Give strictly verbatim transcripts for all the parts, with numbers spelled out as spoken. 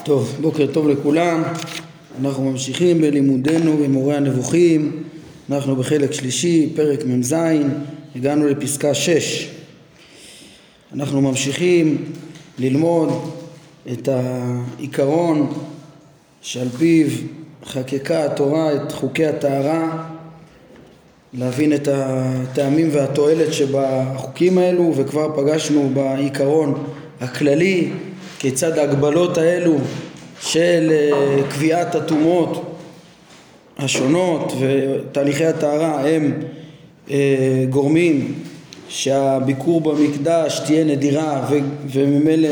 טוב, בוקר טוב לכולם. אנחנו ממשיכים בלימודנו במורה הנבוכים. אנחנו בחלק שלישי, פרק ממז, הגענו לפסקה שש. אנחנו ממשיכים ללמוד את העיקרון שעל פיו חקקה התורה את חוקי הטהרה, להבין את הטעמים והתועלת שבחוקים האלו, וכבר פגשנו בעיקרון הכללי כיצד ההגבלות האלו של קביעת הטומאות השונות ותהליכי הטהרה הם גורמים שהביקור במקדש תהיה נדירה וממילא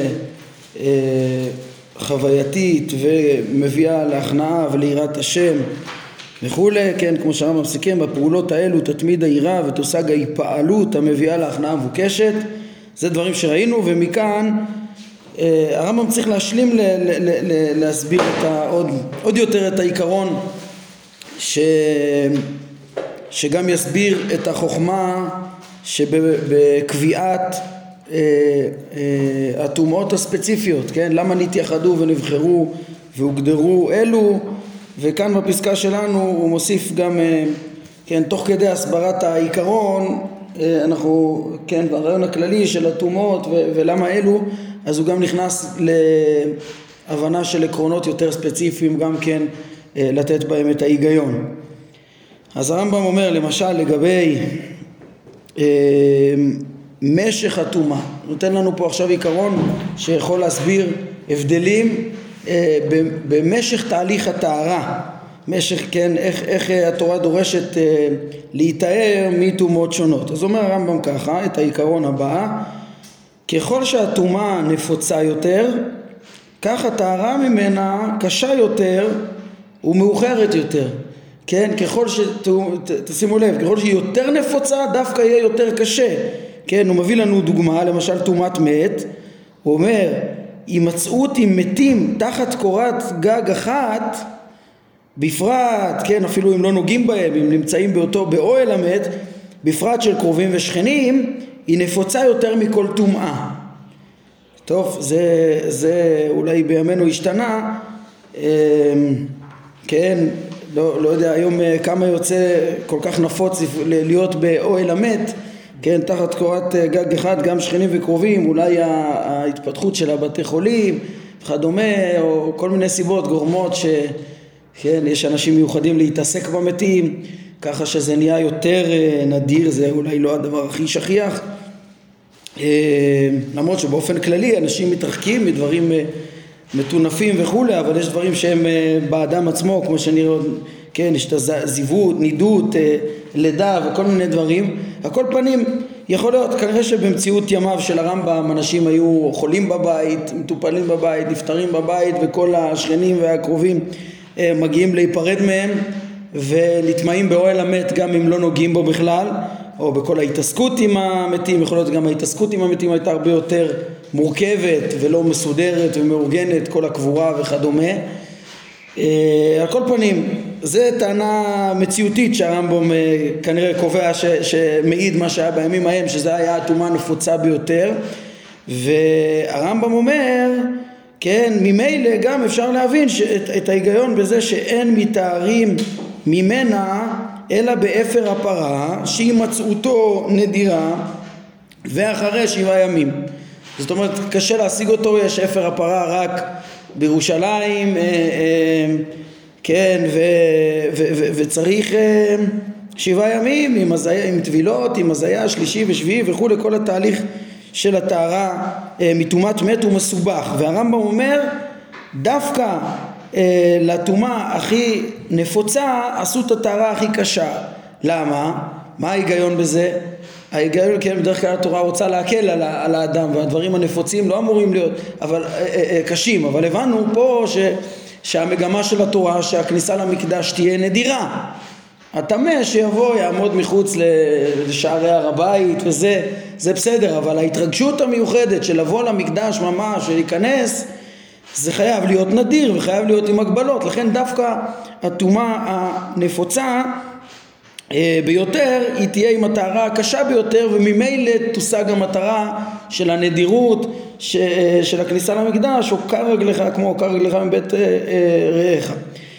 חווייתית ומביאה להכנעה וליראת השם וכו'. כן, כמו שהרמב"ם סיכם, בפעולות האלו תתמיד היראה ותושג ההתפעלות המביאה להכנעה מבוקשת. זה דברים שראינו, ומכאן הרמב"ם צריך להשלים ל- ל- ל- להסביר את ה- עוד, עוד יותר את העיקרון ש, שגם יסביר את החוכמה שבקביעת אה, אה, הטומאות הספציפיות, כן? למה נתייחדו ונבחרו והוגדרו אלו, וכאן בפסקה שלנו הוא מוסיף גם, אה, כן, תוך כדי הסברת העיקרון, אה, אנחנו, כן, ברעיון הכללי של הטומאות ו- ולמה אלו, אז הוא גם נכנס להבנה של עקרונות יותר ספציפיים, גם כן לתת בהם את ההיגיון. אז הרמב"ם אומר למשל לגבי אה, משך הטומאה, נותן לנו פה עכשיו עיקרון שיכול להסביר הבדלים אה, במשך תהליך הטהרה, משך, כן, איך, איך התורה דורשת אה, להיטהר מטומאות שונות. אז אומר הרמב"ם ככה את העיקרון הבא: ככל שהטומאה נפוצה יותר, כך הטהרה ממנה קשה יותר ומאוחרת יותר. כן, ככל ש... תשימו לב, ככל שהיא יותר נפוצה, דווקא יהיה יותר קשה. כן, הוא מביא לנו דוגמה, למשל טומאת מת. הוא אומר, הימצאות עם מתים תחת קורת גג אחת, בפרט, כן, אפילו אם לא נוגעים בהם, אם נמצאים באותו באוהל המת, בפרט של קרובים ושכנים, היא נפוצה יותר מכל טומאה. טוב, זה, זה אולי בימינו השתנה, כן, לא, לא יודע היום כמה יוצא כל כך נפוץ להיות באוהל המת, כן, תחת קורת גג אחד, גם שכנים וקרובים, אולי ההתפתחות של הבתי חולים וכדומה, או כל מיני סיבות גורמות ש, כן, יש אנשים מיוחדים להתעסק במתים, ככה שזה נהיה יותר נדיר, זה אולי לא הדבר הכי שכיח, למרות שבאופן כללי אנשים מתרחקים מדברים מטונפים וכו', אבל יש דברים שהם באדם עצמו, כמו שנראה, כן, יש את הזיוות, נידות, לידה וכל מיני דברים. הכל פנים, יכול להיות כנראה שבמציאות ימיו של הרמב"ם אנשים היו חולים בבית, מטופלים בבית, נפטרים בבית, וכל השכנים והקרובים מגיעים להיפרד מהם ולהתמאים באוהל המת גם אם לא נוגעים בו בכלל, או בכל ההתעסקות עם המתים. יכול להיות גם ההתעסקות עם המתים הייתה הרבה יותר מורכבת ולא מסודרת ומאורגנת, כל הקבורה וכדומה. על כל פנים, זה טענה מציאותית שהרמב"ם כנראה קובע ש, שמעיד מה שהיה בימים ההם, שזה היה הטומאה הנפוצה ביותר. והרמב"ם אומר, כן, ממילא גם אפשר להבין שאת, את ההיגיון בזה שאין מתארים ממנה אלא באפר הפרה שהימצאותו נדירה ואחרי שבעה ימים. זאת אומרת, קשה להשיג אותו, יש אפר הפרה רק בירושלים, אה, אה, כן, ו, ו, ו, וצריך אה, שבעה ימים עם, הזיה, עם טבילות, עם הזיה שלישי ושביעי וכו', לכל התהליך של הטהרה אה, מטומאת מת ומסובך. והרמב"ם אומר, דווקא אה, לטומאה הכי נפוצה עשו את הטהרה הכי קשה. למה? מה ההיגיון בזה? ההיגיון, כן, בדרך כלל התורה רוצה להקל על, על האדם, והדברים הנפוצים לא אמורים להיות אבל, אה, אה, קשים, אבל הבנו פה ש, שהמגמה של התורה שהכניסה למקדש תהיה נדירה. הטמא שיבוא יעמוד מחוץ לשערי הר הבית וזה, זה בסדר, אבל ההתרגשות המיוחדת של לבוא למקדש ממש ולהיכנס, זה חייב להיות נדיר וחייב להיות עם הגבלות. לכן דווקא הטומאה הנפוצה ביותר היא תהיה עם הטהרה הקשה ביותר, וממילא תושג המטרה של הנדירות ש, של הכניסה למקדש, או קר רגלך כמו קר רגלך מבית רעך.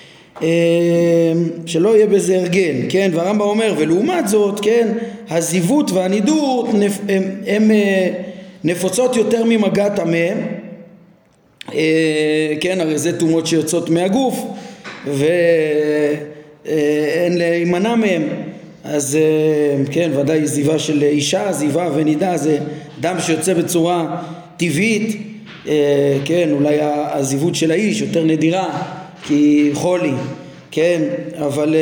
שלא יהיה בזה הרגל, כן? והרמב"ם אומר, ולעומת זאת, כן, הזיוות והנידות הם, הם נפוצות יותר ממגע טמא, כן, הרי זה תומות שיוצאות מהגוף ואין להימנע מהם. אז כן, ודאי זיווה של אישה, זיווה ונידה זה דם שיוצא בצורה טבעית, כן, אולי הזיוות של האיש יותר נדירה כי חולי, כן, אבל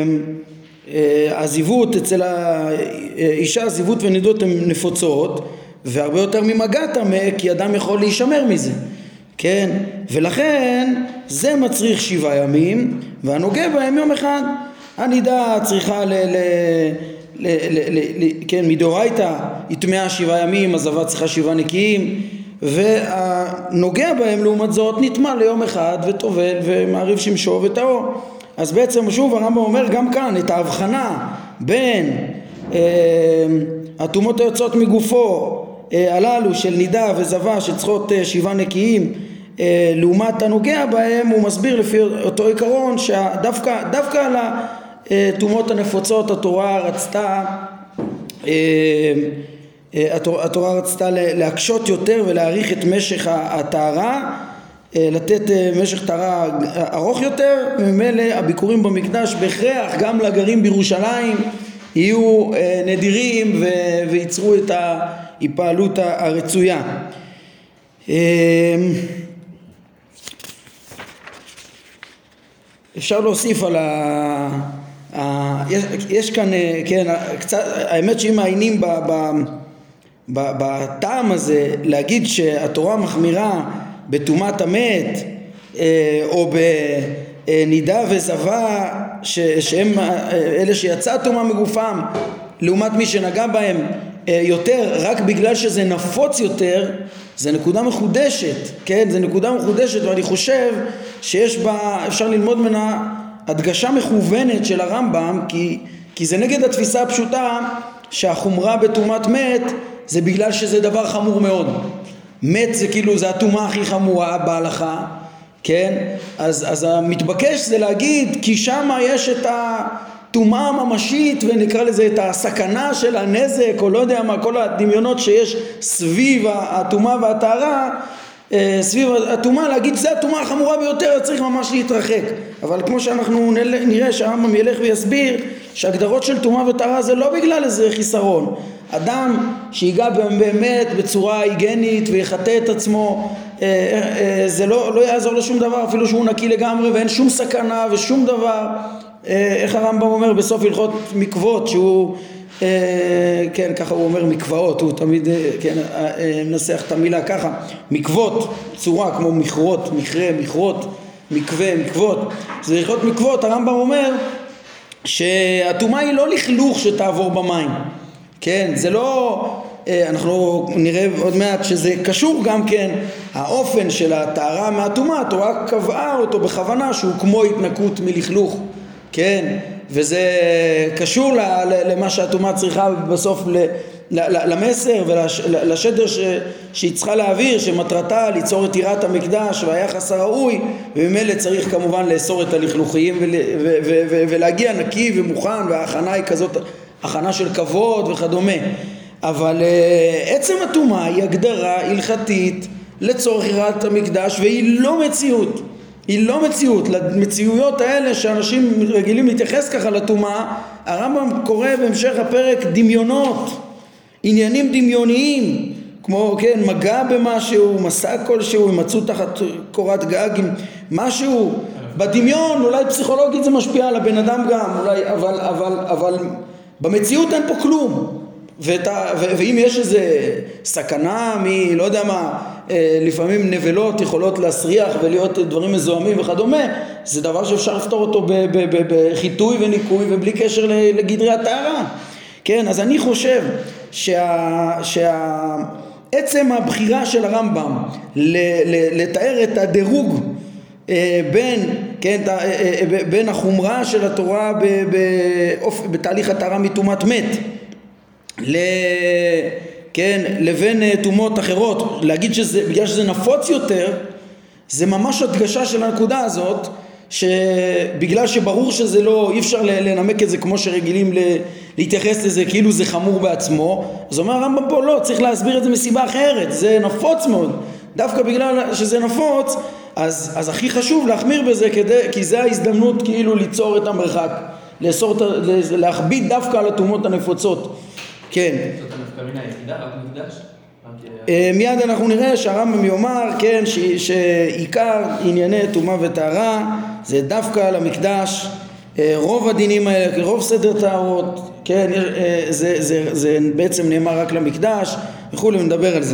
הזיוות אצל האישה, זיוות ונידות הן נפוצות והרבה יותר ממגע טמא, כי אדם יכול להישמר מזה, כן, ולכן זה מצריך שבעה ימים והנוגע בהם יום אחד. הנידה צריכה ל... ל... ל... ל... ל... כן, מדאורייתא היא טמאה שבעה ימים, הזבה צריכה שבעה נקיים, והנוגע בהם לעומת זאת נטמא ליום אחד וטובל ומעריב שמשו וטהור. אז בעצם שוב הרמב"ם אומר גם כאן את ההבחנה בין אה, הטומאות היוצאות מגופו אה, הללו של נידה וזבה שצריכות אה, שבעה נקיים אה, לעומת הנוגע בהם, הוא מסביר לפי אותו עיקרון שדווקא דווקא על הטומאות הנפוצות התורה רצתה אה, התורה רצתה להקשות יותר ולהאריך את משך הטהרה, לתת משך טהרה ארוך יותר, וממילא הביקורים במקדש בהכרח גם לגרים בירושלים יהיו נדירים ויצרו את ההיפעלות הרצויה. אפשר להוסיף על ה... יש, יש כאן, כן, קצת, האמת שאם מעיינים ב... ב בטעם הזה להגיד שהתורה מחמירה בטומאת המת או בנידה וזבה שהם אלה שיצא טומאה מגופם לעומת מי שנגע בהם יותר רק בגלל שזה נפוץ יותר, זה נקודה מחודשת, כן? זה נקודה מחודשת, ואני חושב שיש בה, אפשר ללמוד ממנה הדגשה מכוונת של הרמב"ם, כי, כי זה נגד התפיסה הפשוטה שהחומרה בטומאת מת זה בגלל שזה דבר חמור מאוד. מת זה כאילו זה הטומאה הכי חמורה בהלכה, כן? אז, אז המתבקש זה להגיד כי שמה יש את הטומאה הממשית ונקרא לזה את הסכנה של הנזק או לא יודע מה, כל הדמיונות שיש סביב הטומאה והטהרה, סביב הטומאה, להגיד זה הטומאה החמורה ביותר, צריך ממש להתרחק. אבל כמו שאנחנו נראה שהרמב"ם ילך ויסביר שהגדרות של טומאה וטהרה זה לא בגלל איזה חיסרון. אדם שיגע באמת בצורה היגנית ויחטא את עצמו, זה לא, לא יעזור לו שום דבר, אפילו שהוא נקי לגמרי ואין שום סכנה ושום דבר. איך הרמב"ם אומר בסוף הלכות מקוות, שהוא כן, ככה הוא אומר מקוואות, הוא תמיד כן, מנסח את המילה ככה, מקוות, צורה כמו מכרות, מכרה, מכרות, מקווה, מקוות. זה הלכות מקוות, הרמב"ם אומר שהטומאה היא לא לכלוך שתעבור במים, כן, זה לא, אנחנו נראה עוד מעט שזה קשור גם כן, האופן של הטהרה מהטומאה, התורה קבעה אותו בכוונה שהוא כמו התנקות מלכלוך, כן, וזה קשור למה שהטומאה צריכה בסוף למסר ולשדר שהיא צריכה להעביר, שמטרתה ליצור את יראת המקדש והיחס הראוי, וממילא צריך כמובן לאסור את הלכלוכים ולהגיע נקי ומוכן, וההכנה היא כזאת הכנה של כבוד וכדומה. אבל עצם הטומאה היא הגדרה הלכתית לצורך יראת המקדש, והיא לא מציאות, היא לא מציאות. למציאויות האלה שאנשים רגילים להתייחס ככה לטומאה, הרמב"ם קורא בהמשך הפרק דמיונות, עניינים דמיוניים, כמו כן מגע במשהו, מסע כלשהו, מצאו תחת קורת גג עם משהו בדמיון, אולי פסיכולוגית זה משפיע על הבן אדם גם, אולי, אבל, אבל, אבל במציאות אין פה כלום. ואתה, ואם יש איזה סכנה מ, לא יודע מה, לפעמים נבלות יכולות להסריח ולהיות דברים מזוהמים וכדומה, זה דבר שאפשר לפתור אותו בחיטוי וניקוי ובלי קשר לגדרי הטהרה. כן, אז אני חושב שה, שה, עצם הבחירה של הרמב"ם לתאר את הדירוג בין, כן, בין החומרה של התורה בתהליך הטהרה מטומאת מת ל, כן, לבין תומות אחרות, להגיד שזה, בגלל שזה נפוץ יותר, זה ממש הדגשה של הנקודה הזאת, שבגלל שברור שזה לא, אי אפשר לנמק את זה כמו שרגילים להתייחס לזה כאילו זה חמור בעצמו, אז אומר הרמב"ם פה לא, צריך להסביר את זה מסיבה אחרת, זה נפוץ מאוד, דווקא בגלל שזה נפוץ, אז, אז הכי חשוב להחמיר בזה, כדי, כי זה ההזדמנות כאילו ליצור את המרחק, לאסור, להכביד דווקא על התאומות הנפוצות. כן. זאת הנפקמינה היחידה, רק מקדש? מיד אנחנו נראה שהרמב"ם יאמר, כן, שעיקר ענייני טומאה וטהרה זה דווקא על המקדש, רוב הדינים האלה, רוב סדר טהרות, כן, זה, זה, זה בעצם נאמר רק למקדש וכו', נדבר על זה.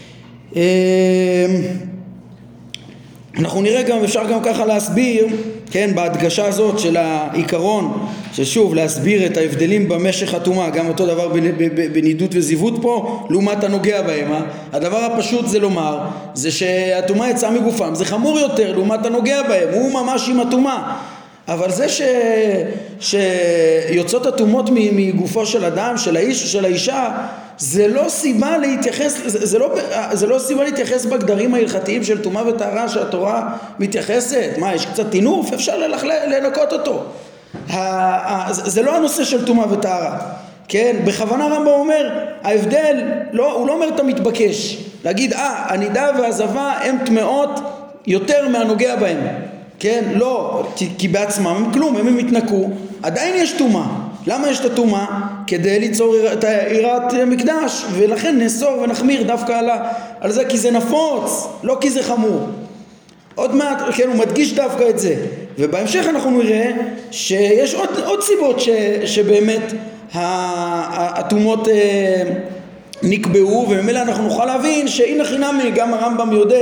אנחנו נראה גם, אפשר גם ככה להסביר, כן, בהדגשה הזאת של העיקרון, ששוב להסביר את ההבדלים במשך הטומאה, גם אותו דבר בנידות וזיוות פה, לעומת הנוגע בהם. הדבר הפשוט זה לומר, זה שהטומאה יצאה מגופם, זה חמור יותר לעומת הנוגע בהם, הוא ממש עם הטומאה. אבל זה ש... שיוצאות הטומאות מגופו של אדם, של האיש או של האישה, זה לא סיבה להתייחס, זה, זה, לא, זה לא סיבה להתייחס בגדרים ההלכתיים של טומאה וטהרה שהתורה מתייחסת. מה, יש קצת טינוף? אפשר לנקות אותו. זה לא הנושא של טומאה וטהרה. כן, בכוונה רמב"ם אומר, ההבדל, לא, הוא לא אומר את המתבקש. להגיד, אה, הנידה והעזבה הם טמאות יותר מהנוגע בהם. כן, לא, כי, כי בעצמם הם כלום, הם מתנקו, עדיין יש טומאה. למה יש את הטומאה? כדי ליצור את יראת מקדש, ולכן נאסור ונחמיר דווקא על, על זה, כי זה נפוץ, לא כי זה חמור. עוד מעט, כן, הוא מדגיש דווקא את זה. ובהמשך אנחנו נראה שיש עוד, עוד סיבות ש, שבאמת הטומאות נקבעו, וממילא אנחנו נוכל להבין שהנה חינמי, גם הרמב"ם יודע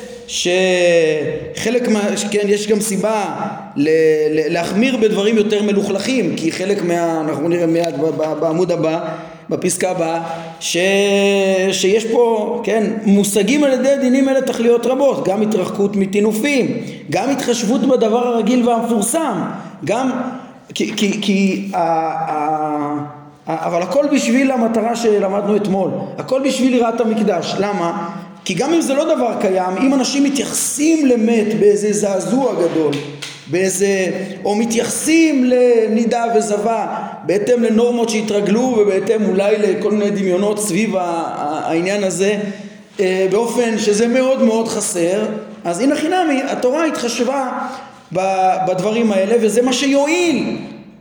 שחלק מה, כן, יש גם סיבה ל, ל, להחמיר בדברים יותר מלוכלכים, כי חלק מה, אנחנו נראה מיד בעמוד הבא, בפסקה הבאה, ש, שיש פה, כן, מושגים על ידי דינים אלה תכליות רבות, גם התרחקות מטינופים, גם התחשבות בדבר הרגיל והמפורסם, גם, כי, כי, כי ה, ה, אבל הכל בשביל המטרה שלמדנו אתמול, הכל בשביל יראת המקדש. למה? כי גם אם זה לא דבר קיים, אם אנשים מתייחסים למת באיזה זעזוע גדול, באיזה, או מתייחסים לנידה וזבה בהתאם לנורמות שהתרגלו ובהתאם אולי לכל מיני דמיונות סביב העניין הזה, באופן שזה מאוד מאוד חסר, אז הנה חינמי, התורה התחשבה בדברים האלה, וזה מה שיועיל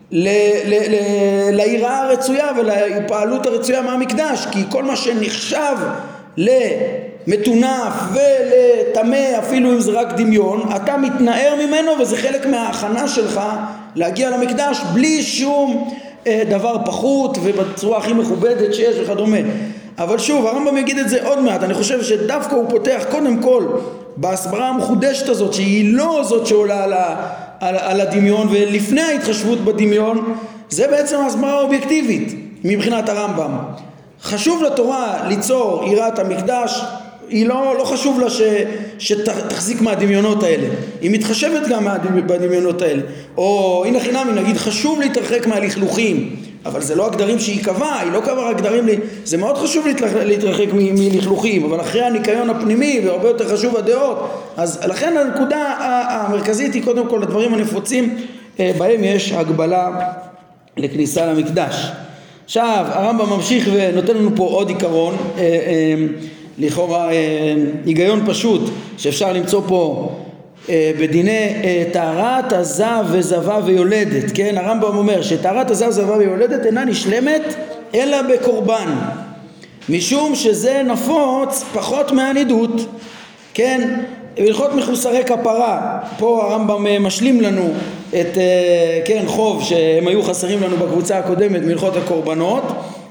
ליראה הרצויה ולפעלות הרצויה מהמקדש, כי כל מה שנחשב למתונף ולטמא, אפילו אם זה רק דמיון, אתה מתנער ממנו, וזה חלק מההכנה שלך להגיע למקדש בלי שום דבר פחות ובצורה הכי מכובדת שיש וכדומה. אבל שוב, הרמב"ם יגיד את זה עוד מעט. אני חושב שדווקא הוא פותח קודם כל בהסברה המחודשת הזאת, שהיא לא זאת שעולה על, ה, על, על הדמיון, ולפני ההתחשבות בדמיון, זה בעצם ההסברה האובייקטיבית מבחינת הרמב"ם. חשוב לתורה ליצור יראת המקדש, היא לא, לא חשוב לה ש, שתחזיק מהדמיונות האלה, היא מתחשבת גם בדמיונות האלה. או הנה חינמי, נגיד חשוב להתרחק מהלכלוכים, אבל זה לא הגדרים שהיא קבעה, היא לא קבעה רק גדרים, זה מאוד חשוב להתרחק מלכלוכים, אבל אחרי הניקיון הפנימי והרבה יותר חשוב הדעות. אז לכן הנקודה המרכזית היא קודם כל הדברים הנפוצים בהם יש הגבלה לכניסה למקדש. עכשיו הרמב"ם ממשיך ונותן לנו פה עוד עיקרון, לכאורה היגיון פשוט שאפשר למצוא פה בדיני טהרת הזב וזבה ויולדת. כן, הרמב"ם אומר שטהרת הזב וזבה ויולדת אינה נשלמת אלא בקורבן, משום שזה נפוץ פחות מהנידות. כן, הלכות מחוסרי כפרה, פה הרמב"ם משלים לנו את, כן, חוב שהם היו חסרים לנו בקבוצה הקודמת מהלכות הקורבנות,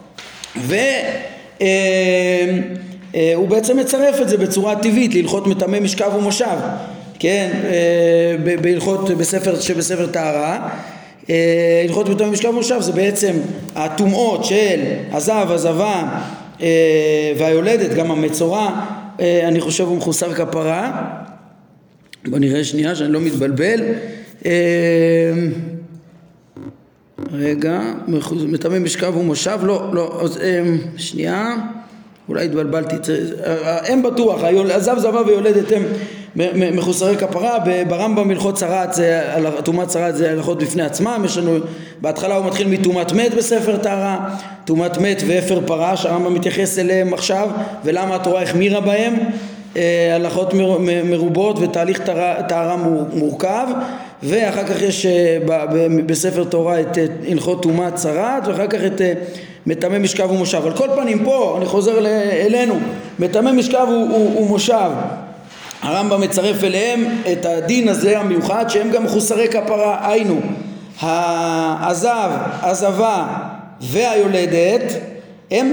והוא בעצם מצרף את זה בצורה טבעית להלכות מטמא משכב ומושב, כן, בהלכות בספר שבספר טהרה. הלכות מטמא משכב ומושב זה בעצם הטומאות של הזב, הזבה והיולדת, גם המצורע, אני חושב הוא מחוסר כפרה. בוא נראה שנייה שאני לא מתבלבל. רגע, מטמא משכב ומושב, לא, לא, שנייה, אולי התבלבלתי, הם בטוח, הזב זבה ויולדת הם מחוסרי כפרה. ברמב"ם הלכות צרעת, טומאת צרעת זה הלכות בפני עצמם. יש לנו, בהתחלה הוא מתחיל מטומאת מת בספר טהרה, טומאת מת ואפר פרש, הרמב"ם מתייחס אליהם עכשיו, ולמה התורה החמירה בהם, הלכות מרובות ותהליך טהרה מורכב. ואחר כך יש בספר תורה את הלכות טומאת צרעת, ואחר כך את מטמא משכב ומושב. על כל פנים פה, אני חוזר אלינו, מטמא משכב ומושב, הרמב"ם מצרף אליהם את הדין הזה המיוחד שהם גם מחוסרי כפרה, היינו הזב, הזבה והיולדת, הם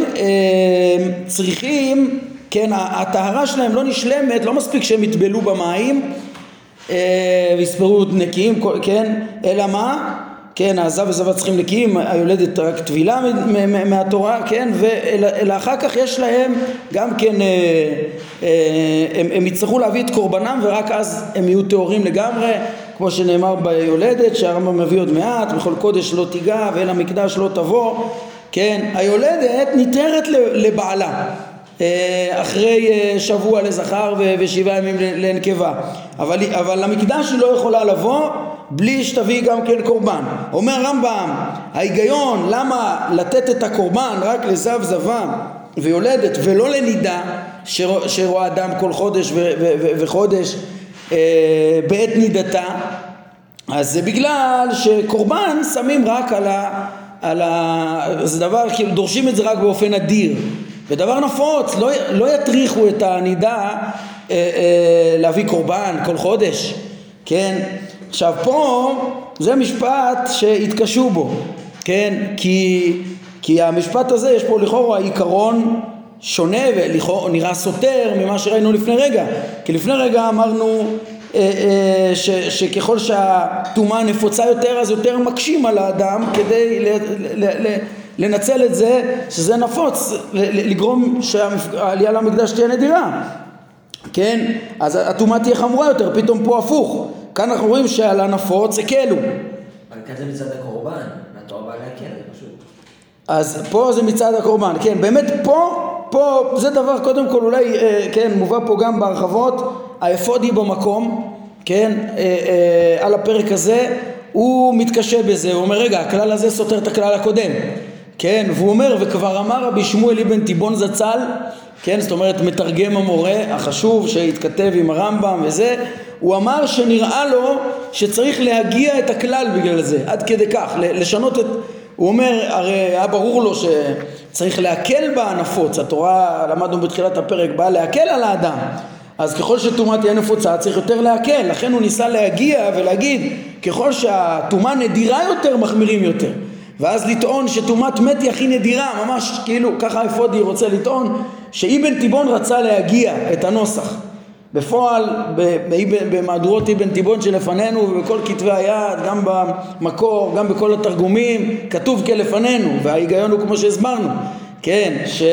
צריכים, כן, הטהרה שלהם לא נשלמת, לא מספיק שהם יטבלו במים ויספרו נקיים, כן, אלא מה? כן, הזב וזבה צריכים נקיים, היולדת רק טבילה מהתורה, כן, ואלה אחר כך יש להם גם כן, הם, הם יצטרכו להביא את קורבנם ורק אז הם יהיו טהורים לגמרי, כמו שנאמר ביולדת, שהרמב"ם מביא עוד מעט, בכל קודש לא תיגע ואל המקדש לא תבוא, כן, היולדת ניתרת לבעלה אחרי שבוע לזכר ושבעה ימים לנקבה, אבל, אבל למקדש היא לא יכולה לבוא בלי שתביא גם כן קורבן. אומר הרמב"ם, ההיגיון למה לתת את הקורבן רק לזב זבה ויולדת ולא לנידה שרואה אדם כל חודש ו- ו- ו- וחודש אה, בעת נידתה, אז זה בגלל שקורבן שמים רק על ה... על ה... זה דבר, כאילו דורשים את זה רק באופן אדיר, ודבר נפוץ, לא, לא יטריחו את הנידה אה, אה, להביא קורבן כל חודש, כן? עכשיו פה זה משפט שהתקשו בו, כן? כי, כי המשפט הזה יש פה לכאורה עיקרון שונה ולכאורה נראה סותר ממה שראינו לפני רגע, כי לפני רגע אמרנו אה, אה, ש, שככל שהטומאה נפוצה יותר אז יותר מקשים על האדם כדי ל, ל, ל, לנצל את זה שזה נפוץ, לגרום שהעלייה למקדש תהיה נדירה, כן? אז הטומאה תהיה חמורה יותר, פתאום פה הפוך, כאן אנחנו רואים שעל הנפוץ הקלו. אבל כאן זה מצד הקורבן, והתורה באה להקל, זה פשוט. אז פה זה מצד הקורבן, כן, באמת פה, פה זה דבר קודם כל אולי, כן, מובא פה גם בהרחבות, האפודי במקום, כן, על הפרק הזה, הוא מתקשה בזה, הוא אומר רגע, הכלל הזה סותר את הכלל הקודם, כן, והוא אומר, וכבר אמר רבי שמואל אבן תיבון זצ"ל, כן, זאת אומרת מתרגם המורה החשוב שהתכתב עם הרמב"ם וזה, הוא אמר שנראה לו שצריך להגיע את הכלל בגלל זה, עד כדי כך, לשנות את, הוא אומר, הרי היה ברור לו שצריך להקל בנפוץ, התורה, למדנו בתחילת הפרק, באה להקל על האדם, אז ככל שטומאה תהיה נפוצה צריך יותר להקל, לכן הוא ניסה להגיע ולהגיד, ככל שהטומאה נדירה יותר מחמירים יותר, ואז לטעון שטומאת מת היא הכי נדירה, ממש כאילו ככה אפודי רוצה לטעון, שאבן תיבון רצה להגיע את הנוסח. בפועל, במהדורות אבן תיבון שלפנינו ובכל כתבי היד, גם במקור, גם בכל התרגומים, כתוב כלפנינו, וההיגיון הוא כמו שהסברנו, כן,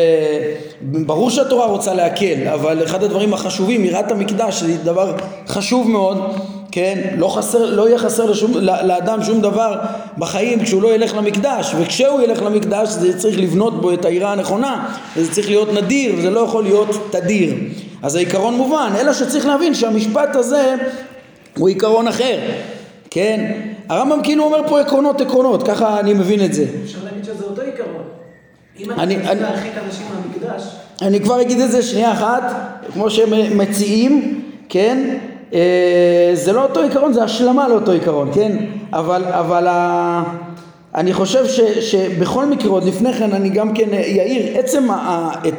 שברור שהתורה רוצה להקל, אבל אחד הדברים החשובים, יראת המקדש, זה דבר חשוב מאוד, כן, לא חסר, לא יהיה חסר לשום, לאדם שום דבר בחיים כשהוא לא ילך למקדש, וכשהוא ילך למקדש זה צריך לבנות בו את היראה הנכונה, וזה צריך להיות נדיר, וזה לא יכול להיות תדיר. אז העיקרון מובן, אלא שצריך להבין שהמשפט הזה הוא עיקרון אחר, כן? הרמב"ם כאילו אומר פה עקרונות עקרונות, ככה אני מבין את זה. אפשר להגיד שזה אותו עיקרון. אם אני, אתה אני, רוצה להרחיק אנשים מהמקדש... אני כבר אגיד את זה שנייה אחת, כמו שהם מציעים, כן? זה לא אותו עיקרון, זה השלמה לאותו עיקרון, כן? אבל, אבל ה... אני חושב ש, שבכל מקרה, עוד לפני כן אני גם כן יאיר, עצם ה, את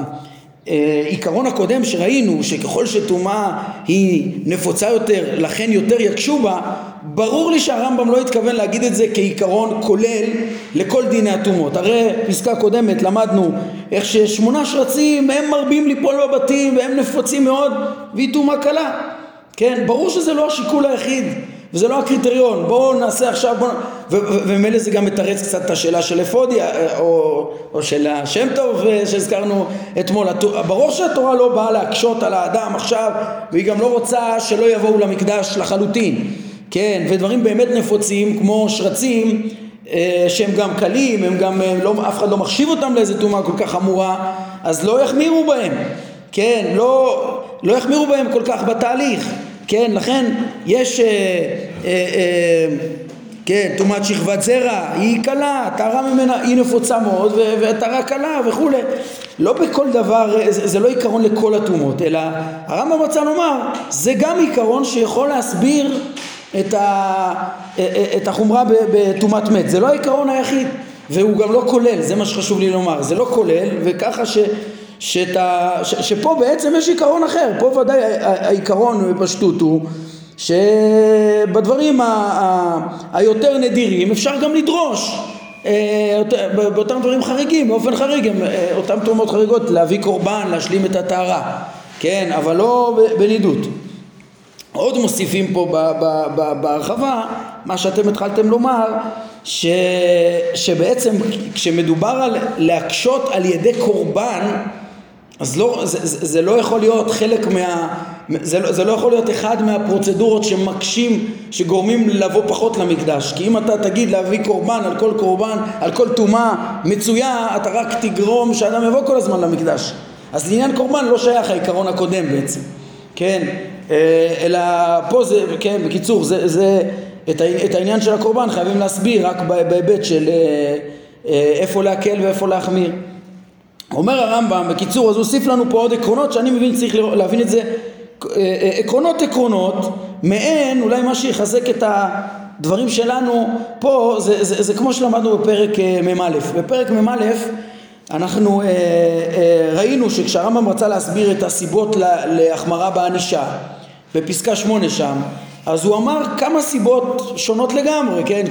העיקרון הקודם שראינו, שככל שטומאה היא נפוצה יותר, לכן יותר יקשו בה, ברור לי שהרמב"ם לא התכוון להגיד את זה כעיקרון כולל לכל דיני הטומאות. הרי פסקה קודמת למדנו איך ששמונה שרצים הם מרבים ליפול בבתים והם נפוצים מאוד והיא טומאה קלה. כן, ברור שזה לא השיקול היחיד וזה לא הקריטריון. בואו נעשה עכשיו, בוא... ומילא זה גם מתרץ קצת את השאלה של אפודי או, או של השם טוב שהזכרנו אתמול. ברור שהתורה לא באה להקשות על האדם עכשיו, והיא גם לא רוצה שלא יבואו למקדש לחלוטין, כן, ודברים באמת נפוצים כמו שרצים שהם גם קלים, הם גם, לא, אף אחד לא מחשיב אותם לאיזה טומאה כל כך חמורה, אז לא יחמירו בהם, כן, לא, לא יחמירו בהם כל כך בתהליך, כן, לכן יש, אה, אה, אה, כן, טומאת שכבת זרע, היא קלה, טהרה ממנה, היא נפוצה מאוד, וטהרה קלה וכו'. לא בכל דבר, זה, זה לא עיקרון לכל הטומאות, אלא הרמב"ם רצה לומר, זה גם עיקרון שיכול להסביר את, ה, את החומרה בטומאת מת, זה לא העיקרון היחיד, והוא גם לא כולל, זה מה שחשוב לי לומר, זה לא כולל, וככה ש... שתה, ש, שפה בעצם יש עיקרון אחר, פה ודאי העיקרון בפשטות הוא שבדברים ה, ה, היותר נדירים אפשר גם לדרוש באותם דברים חריגים, באופן חריג, אותם תרומות חריגות, להביא קורבן, להשלים את הטהרה, כן, אבל לא בנידות. עוד מוסיפים פה ב, ב, ב, בהרחבה, מה שאתם התחלתם לומר, ש, שבעצם כשמדובר על להקשות על ידי קורבן, אז לא, זה, זה, זה לא יכול להיות חלק מה, זה לא, זה לא יכול להיות אחד מהפרוצדורות שמקשים, שגורמים לבוא פחות למקדש. כי אם אתה תגיד להביא קורבן על כל קורבן, על כל טומאה מצויה, אתה רק תגרום שאדם יבוא כל הזמן למקדש. אז לעניין קורבן לא שייך העיקרון הקודם בעצם, כן? אלא פה זה, כן, בקיצור, זה, זה, את, את העניין של הקורבן חייבים להסביר רק בהיבט של איפה להקל ואיפה להחמיר. אומר הרמב"ם, בקיצור, אז הוא הוסיף לנו פה עוד עקרונות שאני מבין צריך להבין את זה, עקרונות עקרונות, מהן אולי מה שיחזק את הדברים שלנו פה, זה, זה, זה כמו שלמדנו בפרק ממ א'. בפרק ממ א' אנחנו אה, אה, ראינו שכשהרמב"ם רצה להסביר את הסיבות להחמרה בענישה, בפסקה שמונה שם, אז הוא אמר כמה סיבות שונות לגמרי, כן?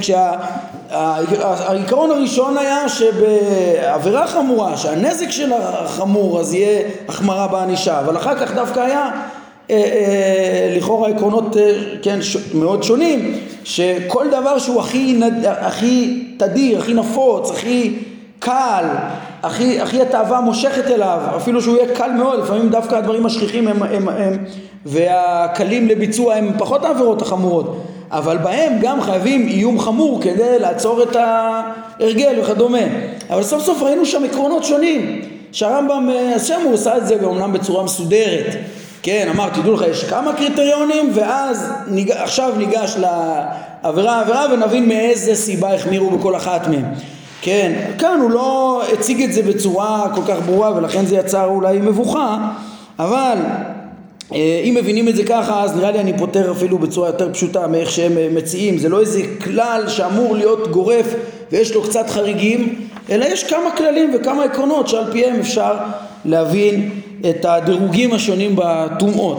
כשהעיקרון הראשון היה שבעבירה חמורה, שהנזק של החמור אז יהיה החמרה בענישה, אבל אחר כך דווקא היה אה, אה, לכאורה עקרונות אה, כן, ש... מאוד שונים, שכל דבר שהוא הכי, נד... הכי תדיר, הכי נפוץ, הכי קל, הכי, הכי התאווה מושכת אליו, אפילו שהוא יהיה קל מאוד, לפעמים דווקא הדברים השכיחים הם, הם, הם, והקלים לביצוע הם פחות העבירות החמורות, אבל בהם גם חייבים איום חמור כדי לעצור את ההרגל וכדומה. אבל סוף סוף ראינו שם עקרונות שונים, שהרמב"ם, אז שם הוא עושה את זה אומנם בצורה מסודרת, כן, אמר, תדעו לך, יש כמה קריטריונים, ואז ניג... עכשיו ניגש לעבירה העבירה ונבין מאיזה סיבה החמירו בכל אחת מהם. כן, כאן הוא לא הציג את זה בצורה כל כך ברורה, ולכן זה יצר אולי מבוכה, אבל אם מבינים את זה ככה, אז נראה לי אני פותר אפילו בצורה יותר פשוטה מאיך שהם מציעים. זה לא איזה כלל שאמור להיות גורף ויש לו קצת חריגים, אלא יש כמה כללים וכמה עקרונות שעל פיהם אפשר להבין את הדירוגים השונים בטומאות.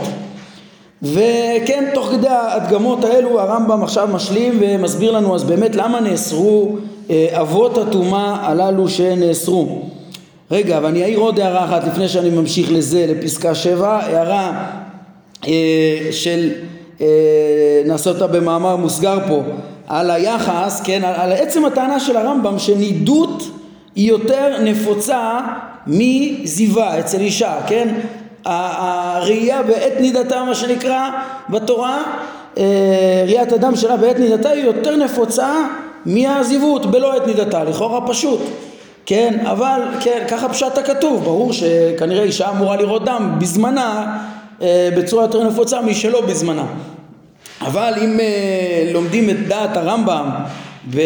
וכן, תוך כדי ההדגמות האלו הרמב"ם עכשיו משלים ומסביר לנו אז באמת למה נאסרו אבות הטומאה הללו שנאסרו. רגע, ואני אעיר עוד הערה אחת לפני שאני ממשיך לזה, לפסקה שבע, הערה אה, של, אה, נעשה אותה במאמר מוסגר פה, על היחס, כן, על, על עצם הטענה של הרמב"ם שנידות היא יותר נפוצה מזיווה אצל אישה, כן? הראייה בעת נידתה, מה שנקרא בתורה, אה, ראיית אדם שלה בעת נידתה היא יותר נפוצה מהזיוות בלא עת נידתה, לכאורה פשוט. כן, אבל כן, ככה פשט הכתוב, ברור שכנראה אישה אמורה לראות דם בזמנה אה, בצורה יותר נפוצה משלא בזמנה. אבל אם אה, לומדים את דעת הרמב"ם ב,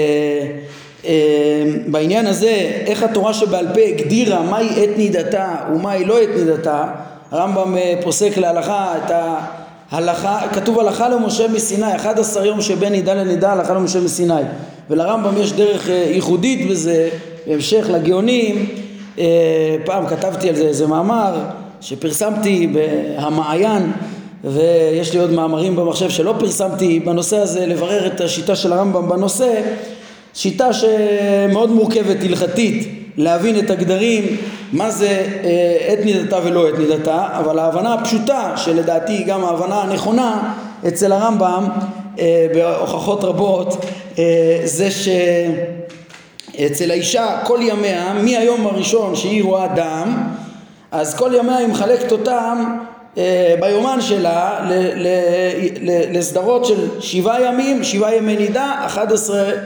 אה, בעניין הזה, איך התורה שבעל פה הגדירה מהי עת נידתה ומהי לא עת נידתה, הרמב"ם אה, פוסק להלכה את ההלכה, כתוב הלכה למשה מסיני, אחד עשר יום שבין נידה לנידה הלכה למשה מסיני, ולרמב"ם יש דרך אה, ייחודית בזה, בהמשך לגאונים. פעם כתבתי על זה איזה מאמר שפרסמתי במעיין, ויש לי עוד מאמרים במחשב שלא פרסמתי בנושא הזה, לברר את השיטה של הרמב"ם בנושא, שיטה שמאוד מורכבת הלכתית, להבין את הגדרים מה זה עת נידתה ולא עת נידתה, אבל ההבנה הפשוטה שלדעתי היא גם ההבנה הנכונה אצל הרמב"ם בהוכחות רבות, זה ש אצל האישה כל ימיה, מהיום הראשון שהיא רואה דם, אז כל ימיה היא מחלקת אותם אה, ביומן שלה ל, ל, ל, לסדרות של שבעה ימים, שבעה ימי נידה, אחד עשר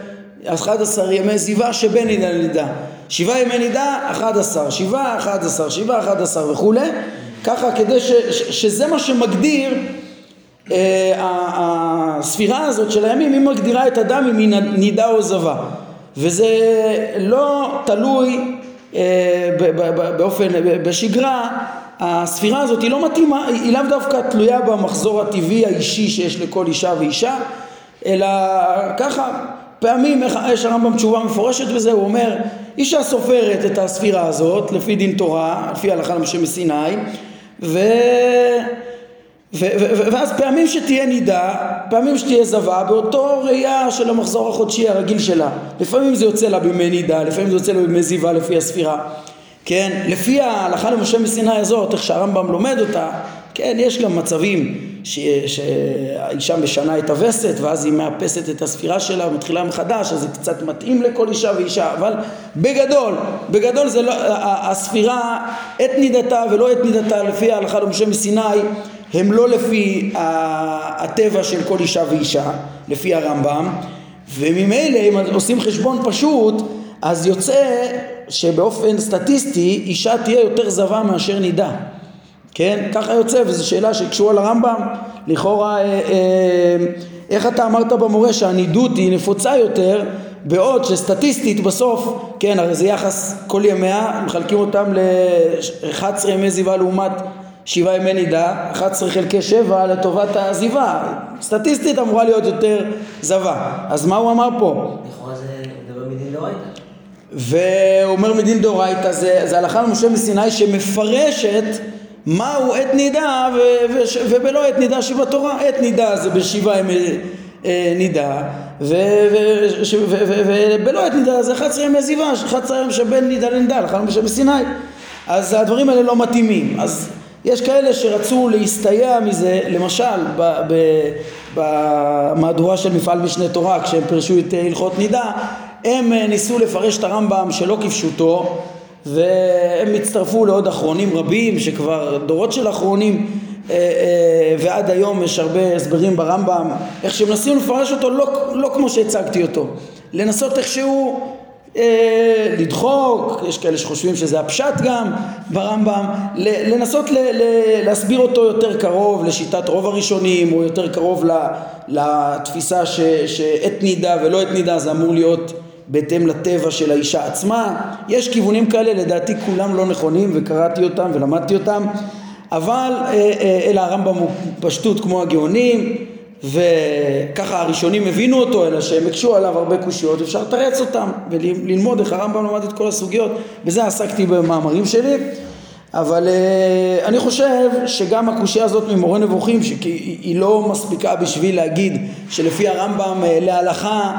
אחד עשר ימי זיווה שבין נידה לנידה, שבעה ימי נידה, אחד עשר, שבעה, אחד עשר, שבעה, אחד עשר וכו', ככה כדי ש, ש, שזה מה שמגדיר אה, הספירה הזאת של הימים, היא מגדירה את אדם אם היא נידה או זווה, וזה לא תלוי אה, ב, ב, ב, באופן, בשגרה, הספירה הזאת היא לא מתאימה, היא לאו דווקא תלויה במחזור הטבעי האישי שיש לכל אישה ואישה, אלא ככה פעמים, יש הרמב"ם תשובה מפורשת בזה, הוא אומר, אישה סופרת את הספירה הזאת לפי דין תורה, לפי הלכה למשה מסיני, ו... ו... ו... ואז פעמים שתהיה נידה, פעמים שתהיה זווה, באותו ראייה של המחזור החודשי הרגיל שלה. לפעמים זה יוצא לה בימי נידה, לפעמים זה יוצא לה בימי זיווה לפי הספירה. כן, לפי ההלכה למשה מסיני הזאת, איך שהרמב"ם לומד אותה, כן, יש גם מצבים ש... שהאישה משנה את הווסת, ואז היא מאפסת את הספירה שלה ומתחילה מחדש, אז זה קצת מתאים לכל אישה ואישה, אבל בגדול, בגדול זה לא, הספירה, את נידתה ולא את נידתה, לפי ההלכה למשה מסיני, הם לא לפי הטבע של כל אישה ואישה, לפי הרמב"ם, וממילא אם עושים חשבון פשוט, אז יוצא שבאופן סטטיסטי אישה תהיה יותר זווה מאשר נידה. כן, ככה יוצא, וזו שאלה שקשורה לרמב"ם, לכאורה, אה, אה, איך אתה אמרת במורה שהנידות היא נפוצה יותר, בעוד שסטטיסטית בסוף, כן, הרי זה יחס כל ימיה, מחלקים אותם ל-אחד עשר ימי זיווה לעומת שבעה ימי נידה, אחד עשר חלקי שבע לטובת הזיווה, סטטיסטית אמורה להיות יותר זווה. אז מה הוא אמר פה? לכאורה זה דבר מדין דאורייתא. והוא אומר מדין דאורייתא, זה, זה הלכה למשה מסיני שמפרשת מהו עת נידה ו- ו- ובלא עת הנידה שבתורה. עת נידה זה בשבעה ימי נידה ובלא עת נידה זה אחד עשר ימי זיווה, אחד עשר ימים שבין נידה לנידה, הלכה למשה מסיני. אז הדברים האלה לא מתאימים. אז יש כאלה שרצו להסתייע מזה, למשל במהדורה של מפעל משנה תורה, כשהם פרשו את הלכות נידה, הם ניסו לפרש את הרמב"ם שלא כפשוטו, והם הצטרפו לעוד אחרונים רבים שכבר דורות של אחרונים, ועד היום יש הרבה הסברים ברמב"ם איך שמנסים לפרש אותו לא, לא כמו שהצגתי אותו, לנסות איכשהו לדחוק, יש כאלה שחושבים שזה הפשט גם ברמב"ם, לנסות להסביר אותו יותר קרוב לשיטת רוב הראשונים, או יותר קרוב לתפיסה שעת נידה ולא עת נידה זה אמור להיות בהתאם לטבע של האישה עצמה. יש כיוונים כאלה, לדעתי כולם לא נכונים, וקראתי אותם ולמדתי אותם, אבל אלא הרמב"ם הוא פשטות כמו הגאונים, וככה הראשונים הבינו אותו, אלא שהם הקשו עליו הרבה קושיות, אפשר לתרץ אותם וללמוד איך הרמב"ם למד את כל הסוגיות. בזה עסקתי במאמרים שלי, אבל אני חושב שגם הקושיה הזאת ממורה נבוכים, שהיא לא מספיקה בשביל להגיד שלפי הרמב"ם להלכה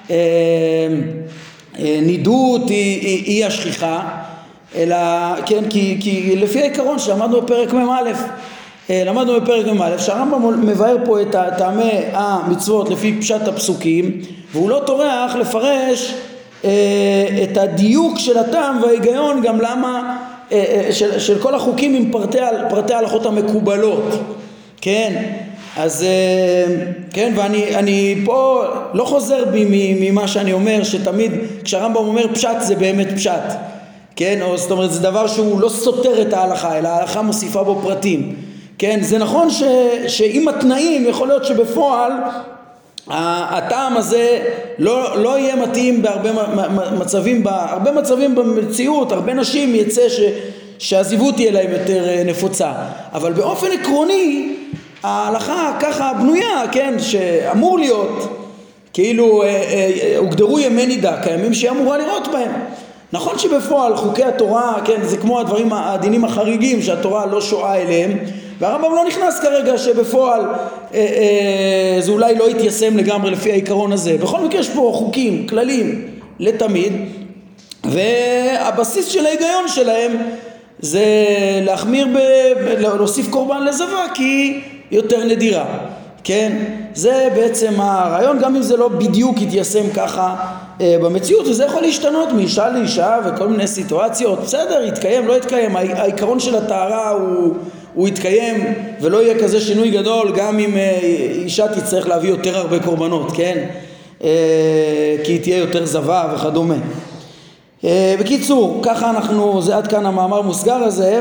נידות היא, היא, היא השכיחה, אלא כן, כי, כי לפי העיקרון שלמדנו בפרק מ"א, למדנו בפרק מ"א שהרמב"ם מבאר פה את טעמי המצוות לפי פשט הפסוקים, והוא לא טורח לפרש את הדיוק של הטעם וההיגיון גם למה של, של כל החוקים עם פרטי, פרטי ההלכות המקובלות, כן. אז כן, ואני אני פה לא חוזר בי ממה שאני אומר, שתמיד כשהרמב"ם אומר פשט זה באמת פשט, כן, או זאת אומרת זה דבר שהוא לא סותר את ההלכה, אלא ההלכה מוסיפה בו פרטים, כן. זה נכון ש, שעם התנאים יכול להיות שבפועל הטעם הזה לא, לא יהיה מתאים בהרבה מצבים, בהרבה מצבים במציאות, הרבה נשים יצא ש, שהזיוות תהיה להם יותר נפוצה, אבל באופן עקרוני ההלכה ככה בנויה, כן, שאמור להיות כאילו אה, אה, הוגדרו ימי נידה כימים שהיא אמורה לראות בהם. נכון שבפועל חוקי התורה, כן, זה כמו הדברים הדינים החריגים שהתורה לא שועה אליהם, והרמב"ם לא נכנס כרגע שבפועל אה, אה, זה אולי לא יתיישם לגמרי לפי העיקרון הזה. בכל מקרה יש פה חוקים כללים לתמיד, והבסיס של ההיגיון שלהם זה להחמיר ב... להוסיף קורבן לזווה כי יותר נדירה, כן. זה בעצם הרעיון, גם אם זה לא בדיוק יתיישם ככה אה, במציאות, וזה יכול להשתנות מאישה לאישה וכל מיני סיטואציות, בסדר, יתקיים, לא יתקיים, העיקרון של הטהרה הוא, הוא יתקיים ולא יהיה כזה שינוי גדול גם אם אה, אישה תצטרך להביא יותר הרבה קורבנות, כן. כי היא תהיה יותר זבה וכדומה. בקיצור, ככה אנחנו, זה עד כאן המאמר מוסגר הזה,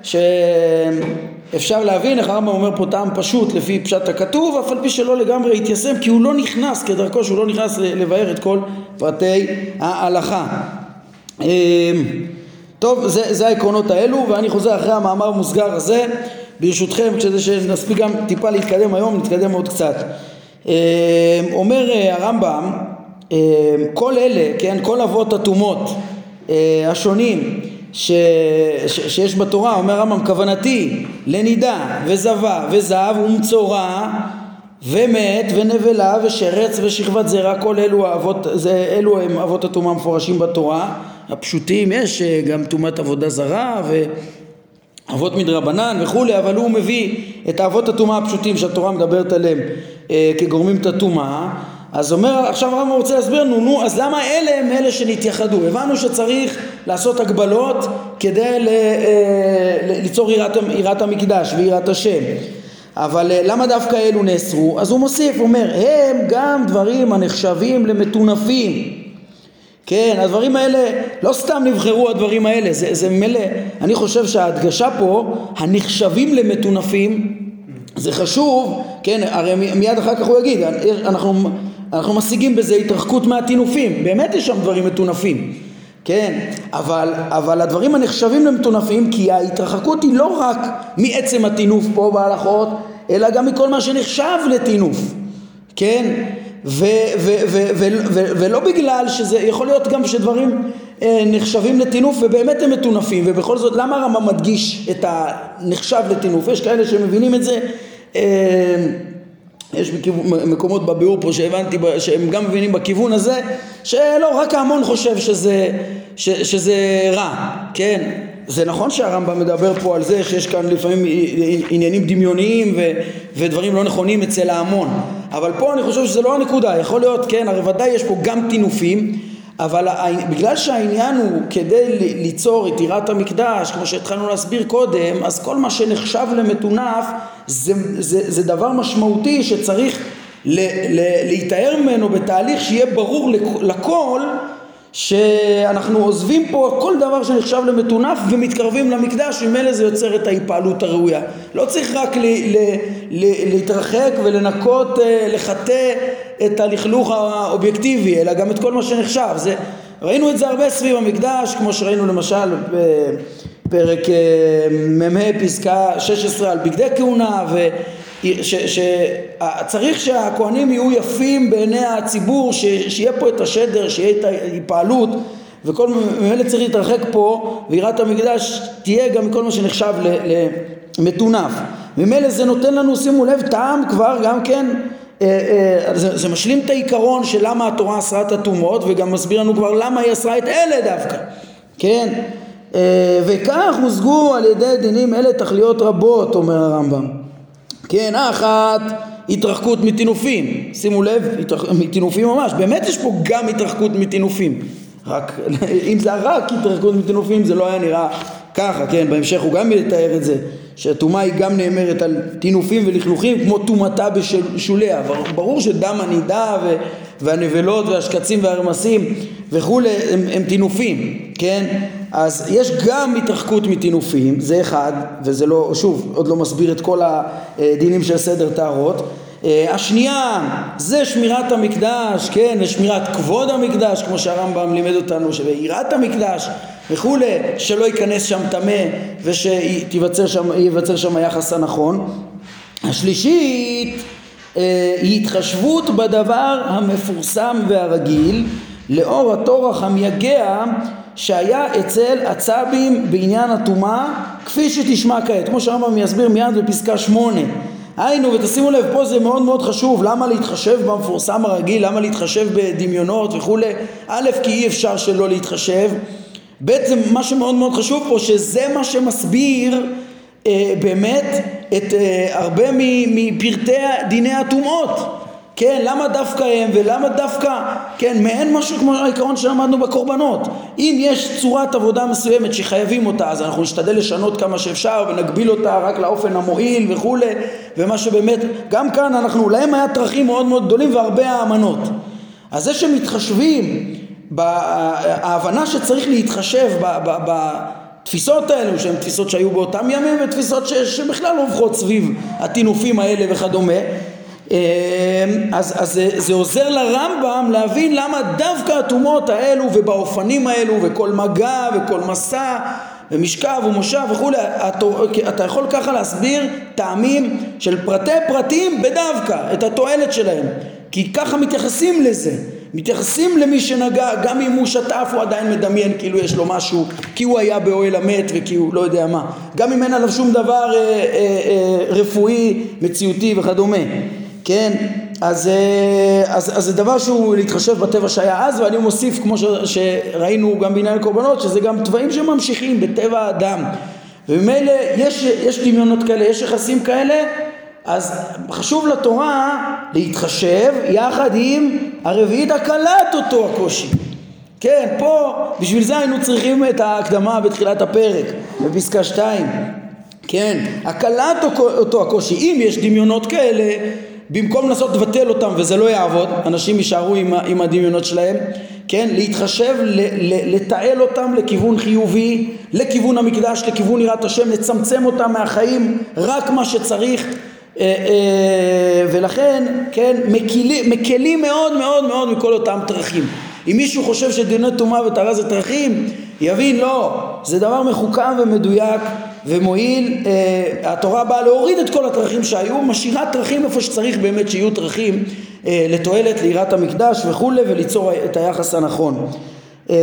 שאפשר להבין איך הרמב"ם אומר פה טעם פשוט לפי פשט הכתוב, אף על פי שלא לגמרי התיישם, כי הוא לא נכנס, כדרכו שהוא לא נכנס לבאר את כל פרטי ההלכה. טוב, זה, זה העקרונות האלו, ואני חוזר אחרי המאמר מוסגר הזה, ברשותכם, כדי שנספיק גם טיפה להתקדם היום, נתקדם עוד קצת. אומר הרמב"ם, כל אלה, כן, כל אבות הטומאות השונים ש, ש, שיש בתורה, אומר הרמב"ם, כוונתי לנידה וזבה וזהב ומצורע ומת ונבלה ושרץ ושכבת זרע, כל אלו האבות, זה, אלו הם אבות הטומאה המפורשים בתורה הפשוטים. יש גם טומאת עבודה זרה ואבות מדרבנן וכולי, אבל הוא מביא את האבות הטומאה הפשוטים שהתורה מדברת עליהם אה, כגורמים את הטומאה. אז אומר, עכשיו הרמב"ם רוצה להסביר לנו, נו, אז למה אלה הם אלה שנתייחדו? הבנו שצריך לעשות הגבלות כדי ל, אה, ליצור יראת, יראת המקדש ויראת השם, אבל למה דווקא אלו נאסרו? אז הוא מוסיף, הוא אומר, הם גם דברים הנחשבים למטונפים. כן, הדברים האלה, לא סתם נבחרו הדברים האלה, זה, זה מלא, אני חושב שההדגשה פה, הנחשבים למטונפים, זה חשוב, כן, הרי מיד אחר כך הוא יגיד, אנחנו, אנחנו משיגים בזה התרחקות מהטינופים, באמת יש שם דברים מטונפים, כן, אבל, אבל הדברים הנחשבים למטונפים, כי ההתרחקות היא לא רק מעצם הטינוף פה בהלכות, אלא גם מכל מה שנחשב לטינוף, כן, ו, ו, ו, ו, ו, ולא בגלל שזה, יכול להיות גם שדברים אה, נחשבים לטינוף ובאמת הם מטונפים, ובכל זאת למה הרמב"ם מדגיש את הנחשב לטינוף? יש כאלה שמבינים את זה, אה, יש מקומות בביאור פה שהבנתי שהם גם מבינים בכיוון הזה, שלא, רק ההמון חושב שזה, ש, שזה רע, כן? זה נכון שהרמב"ם מדבר פה על זה שיש כאן לפעמים עניינים דמיוניים ו, ודברים לא נכונים אצל ההמון, אבל פה אני חושב שזה לא הנקודה, יכול להיות, כן, הרי ודאי יש פה גם טינופים, אבל בגלל שהעניין הוא כדי ליצור את יראת המקדש, כמו שהתחלנו להסביר קודם, אז כל מה שנחשב למטונף זה, זה, זה דבר משמעותי שצריך ל, ל, להתאר ממנו בתהליך שיהיה ברור לכל, שאנחנו עוזבים פה כל דבר שנחשב למטונף ומתקרבים למקדש, וממילא זה יוצר את ההתפעלות הראויה. לא צריך רק ל, ל, ל, להתרחק ולנקות, לחטא את הלכלוך האובייקטיבי, אלא גם את כל מה שנחשב. זה, ראינו את זה הרבה סביב המקדש, כמו שראינו למשל בפרק מ"ה פסקה שש עשרה על בגדי כהונה, ו... שצריך שהכהנים יהיו יפים בעיני הציבור, שיהיה פה את השדר, שיהיה את ההתפעלות, וכל מילה צריך להתרחק פה, ויראת המקדש תהיה גם מכל מה שנחשב למטונף. ממילא זה נותן לנו, שימו לב, טעם כבר גם כן, זה, זה משלים את העיקרון של למה התורה אסרה את הטומאות, וגם מסביר לנו כבר למה היא אסרה את אלה דווקא, כן? וכך הושגו על ידי דינים אלה תכליות רבות, אומר הרמב"ם. כן, אחת, התרחקות מטינופים, שימו לב, מטינופים ממש, באמת יש פה גם התרחקות מטינופים, רק אם זה רק התרחקות מטינופים זה לא היה נראה ככה, כן, בהמשך הוא גם יתאר את זה, שהטומאה היא גם נאמרת על טינופים ולכלוכים כמו טומאתה בשוליה, ברור שדם הנידה ו... והנבלות והשקצים והרמסים וכולי הם, הם טינופים, כן? אז יש גם התרחקות מטינופים, זה אחד, וזה לא, שוב, עוד לא מסביר את כל הדינים של סדר טהרות. השנייה זה שמירת המקדש, כן, ושמירת כבוד המקדש, כמו שהרמב"ם לימד אותנו, שביראת המקדש וכולי, שלא ייכנס שם טמא ושיווצר שם, ייווצר שם היחס הנכון. השלישית היא התחשבות בדבר המפורסם והרגיל לאור התורח המייגע שהיה אצל הצבים בעניין הטומאה, כפי שתשמע כעת, כמו שהרמב"ם יסביר מיד בפסקה שמונה. היינו, ותשימו לב, פה זה מאוד מאוד חשוב, למה להתחשב במפורסם הרגיל, למה להתחשב בדמיונות וכולי. א', כי אי אפשר שלא להתחשב. ב', זה מה שמאוד מאוד חשוב פה, שזה מה שמסביר אה, באמת את אה, הרבה מפרטי דיני הטומאות. כן, למה דווקא הם ולמה דווקא, כן, מעין משהו כמו העיקרון שלמדנו בקורבנות. אם יש צורת עבודה מסוימת שחייבים אותה, אז אנחנו נשתדל לשנות כמה שאפשר ונגביל אותה רק לאופן המועיל וכולי, ומה שבאמת, גם כאן אנחנו, להם היה תרכים מאוד מאוד גדולים והרבה האמנות. אז זה שמתחשבים, ההבנה שצריך להתחשב בתפיסות האלו, שהן תפיסות שהיו באותם ימים, ותפיסות שבכלל לא הופכות סביב התינופים האלה וכדומה, אז, אז זה, זה עוזר לרמב"ם להבין למה דווקא התומות האלו ובאופנים האלו וכל מגע וכל מסע ומשכב ומושב וכו', אתה יכול ככה להסביר טעמים של פרטי פרטים בדווקא את התועלת שלהם, כי ככה מתייחסים לזה, מתייחסים למי שנגע, גם אם הוא שטף הוא עדיין מדמיין כאילו יש לו משהו, כי הוא היה באוהל המת וכי הוא לא יודע מה, גם אם אין עליו שום דבר אה, אה, אה, רפואי, מציאותי וכדומה, כן? אז, אז, אז זה דבר שהוא להתחשב בטבע שהיה אז, ואני מוסיף כמו ש, שראינו גם בעניין הקורבנות, שזה גם טבעים שממשיכים בטבע האדם, וממילא יש, יש דמיונות כאלה, יש יחסים כאלה, אז חשוב לתורה להתחשב יחד עם הרביעית הקלת אותו הקושי. כן, פה בשביל זה היינו צריכים את ההקדמה בתחילת הפרק, בפסקה שתיים. כן, הקלת אותו הקושי, אם יש דמיונות כאלה, במקום לנסות לבטל אותם וזה לא יעבוד, אנשים יישארו עם, עם הדמיונות שלהם, כן, להתחשב, ל, ל, לתעל אותם לכיוון חיובי, לכיוון המקדש, לכיוון יראת השם, לצמצם אותם מהחיים, רק מה שצריך, אה, אה, ולכן, כן, מקלים, מקלים מאוד מאוד מאוד מכל אותם תרכים. אם מישהו חושב שדיני טומאה וטהרה זה תרכים, יבין, לא, זה דבר מחוכם ומדויק ומועיל. אה, התורה באה להוריד את כל התרכים שהיו, משאירה תרכים איפה שצריך באמת שיהיו תרכים אה, לתועלת ליראת המקדש וכו', וליצור את היחס הנכון. אה,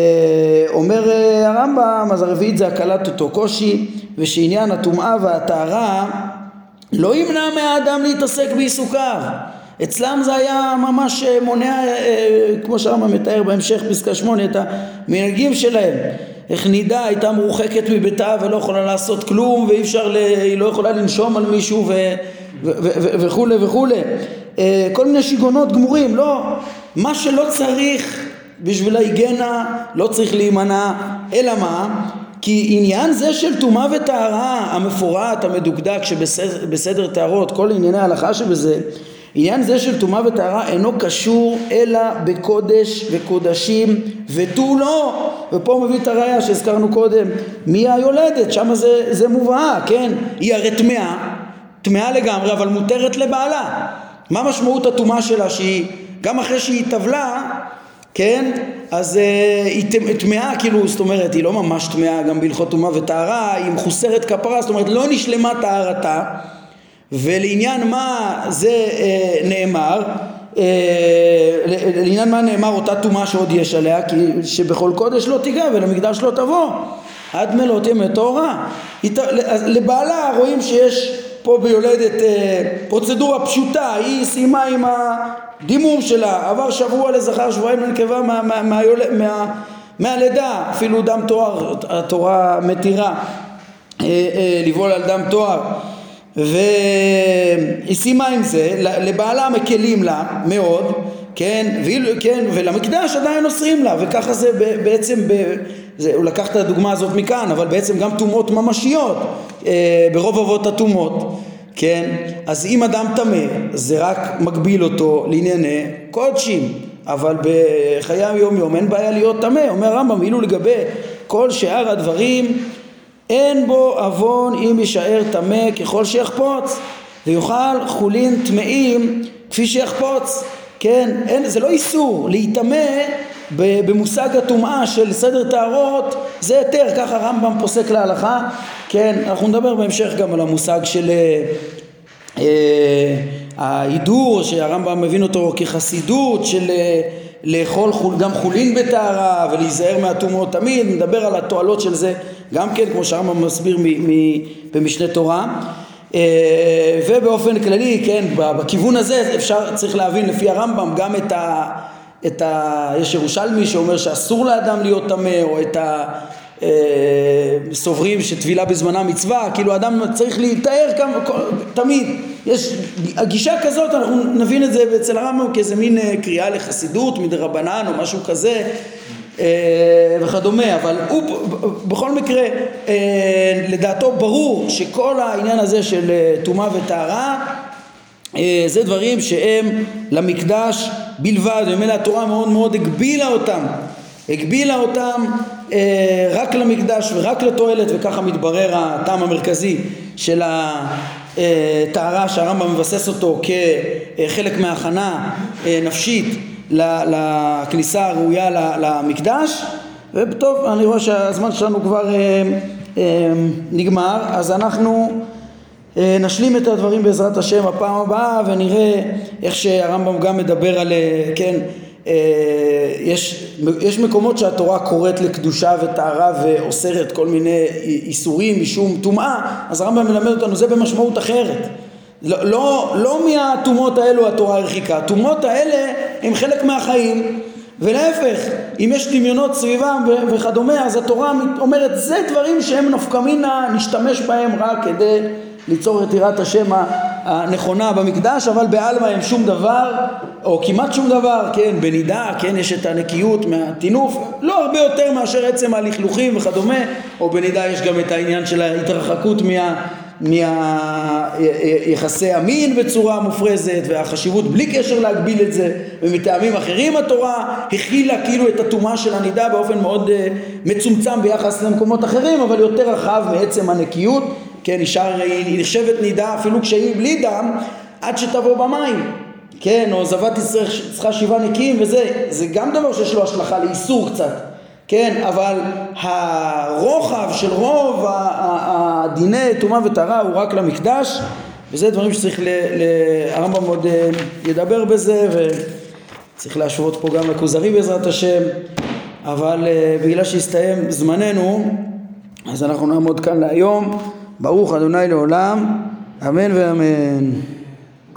אומר אה, הרמב"ם, אז הרביעית זה הקלת אותו קושי, ושעניין הטומאה והטהרה לא ימנע מהאדם להתעסק בעיסוקיו. אצלם זה היה ממש מונע, כמו שהרמב"ם מתאר בהמשך פסקה שמונה, את המנהגים שלהם. איך נידה הייתה מרוחקת מביתה ולא יכולה לעשות כלום, ואי אפשר, היא לא יכולה לנשום על מישהו ו, ו, ו, ו, וכו' וכו'. כל מיני שיגונות גמורים, לא, מה שלא צריך בשביל ההיגיינה לא צריך להימנע, אלא מה? כי עניין זה של טומאה וטהרה המפורט, המדוקדק שבסדר טהרות, כל ענייני ההלכה שבזה, עניין זה של טומאה וטהרה אינו קשור אלא בקודש וקודשים ותו לא. ופה הוא מביא את הראיה שהזכרנו קודם, מי היולדת, שם זה, זה מובאה, כן? היא הרי טמאה, טמאה לגמרי, אבל מותרת לבעלה. מה משמעות הטומאה שלה? שהיא, גם אחרי שהיא טבלה, כן? אז uh, היא טמאה, כאילו, זאת אומרת, היא לא ממש טמאה, גם בהלכות טומאה וטהרה, היא מחוסרת כפרה, זאת אומרת, לא נשלמה טהרתה. ולעניין מה זה אה, נאמר, אה, לעניין מה נאמר אותה טומאה שעוד יש עליה, כי שבכל קודש לא תיגע ולמקדש לא תבוא עד מלאת ימי טהרה. לבעלה רואים שיש פה ביולדת אה, פרוצדורה פשוטה, היא סיימה עם הדימום שלה, עבר שבוע לזכר, שבועיים לנקבה מה, מה, מה, מה, מהלידה, אפילו דם תואר, התורה מתירה אה, אה, לבעול על דם תואר, והיא סיימה עם זה, לבעלה מקלים לה מאוד, כן, כן, ולמקדש עדיין אוסרים לה, וככה זה בעצם, זה, הוא לקח את הדוגמה הזאת מכאן, אבל בעצם גם טומאות ממשיות, ברוב אבות הטומאות, כן, אז אם אדם טמא, זה רק מגביל אותו לענייני קודשים, אבל בחיי היום יום אין בעיה להיות טמא. אומר הרמב"ם, אילו לגבי כל שאר הדברים, אין בו אבון אם יישאר טמא ככל שיחפוץ, ויוכל חולין טמאים כפי שיחפוץ, כן, אין, זה לא איסור, להיטמא במושג הטומאה של סדר טהרות, זה יותר, ככה הרמב"ם פוסק להלכה, כן, אנחנו נדבר בהמשך גם על המושג של אה, ההידור, שהרמב"ם מבין אותו כחסידות, של אה, לאכול חול, גם חולין בטהרה ולהיזהר מהטומאות תמיד, נדבר על התועלות של זה גם כן, כמו שהרמב"ם מסביר מ- מ- במשנה תורה. ובאופן כללי, כן, בכיוון הזה אפשר, צריך להבין לפי הרמב"ם גם את ה... את ה... יש ירושלמי שאומר שאסור לאדם להיות טמא, או את הסוברים שטבילה בזמנה מצווה, כאילו אדם צריך להתאר כמה, תמיד. יש הגישה כזאת, אנחנו נבין את זה אצל הרמב"ם כאיזה מין קריאה לחסידות, מדרבנן או משהו כזה, וכדומה, אבל הוא בכל מקרה לדעתו ברור שכל העניין הזה של טומאה וטהרה זה דברים שהם למקדש בלבד, וממילא התורה מאוד מאוד הגבילה אותם, הגבילה אותם אה, רק למקדש ורק לתועלת, וככה מתברר הטעם המרכזי של הטהרה שהרמב"ם מבסס אותו כחלק מההכנה אה, נפשית לכניסה הראויה למקדש. וטוב, אני רואה שהזמן שלנו כבר אה, אה, נגמר, אז אנחנו נשלים את הדברים בעזרת השם הפעם הבאה, ונראה איך שהרמב"ם גם מדבר על, כן, יש, יש מקומות שהתורה קוראת לקדושה וטהרה ואוסרת כל מיני איסורים משום טומאה, אז הרמב"ם מלמד אותנו זה במשמעות אחרת. לא, לא, לא מהטומאות האלו התורה הרחיקה, הטומאות האלה הם חלק מהחיים, ולהפך, אם יש דמיונות סביבם וכדומה, אז התורה אומרת זה דברים שהם נפקא מינה, נשתמש בהם רק כדי ליצור את יראת השם הנכונה במקדש, אבל בעלמא הם שום דבר או כמעט שום דבר, כן, בנידה, כן, יש את הנקיות מהטינוף, לא הרבה יותר מאשר עצם הלכלוכים וכדומה, או בנידה יש גם את העניין של ההתרחקות מה מיחסי המין בצורה מופרזת, והחשיבות בלי קשר להגביל את זה, ומטעמים אחרים התורה הכילה כאילו את הטומאה של הנידה באופן מאוד מצומצם ביחס למקומות אחרים, אבל יותר רחב מעצם הנקיות, כן, אישה היא נחשבת נידה אפילו כשהיא בלי דם עד שתבוא במים, כן, או זבת צריכה שבעה נקיים, וזה זה גם דבר שיש לו השלכה לאיסור קצת, כן, אבל הרוחב של רוב הדיני טומאה וטהרה הוא רק למקדש, וזה דברים שצריך, הרמב"ם עוד ידבר בזה, וצריך להשוות פה גם לכוזרי בעזרת השם, אבל בגלל שהסתיים זמננו, אז אנחנו נעמוד כאן להיום. ברוך אדוני לעולם, אמן ואמן.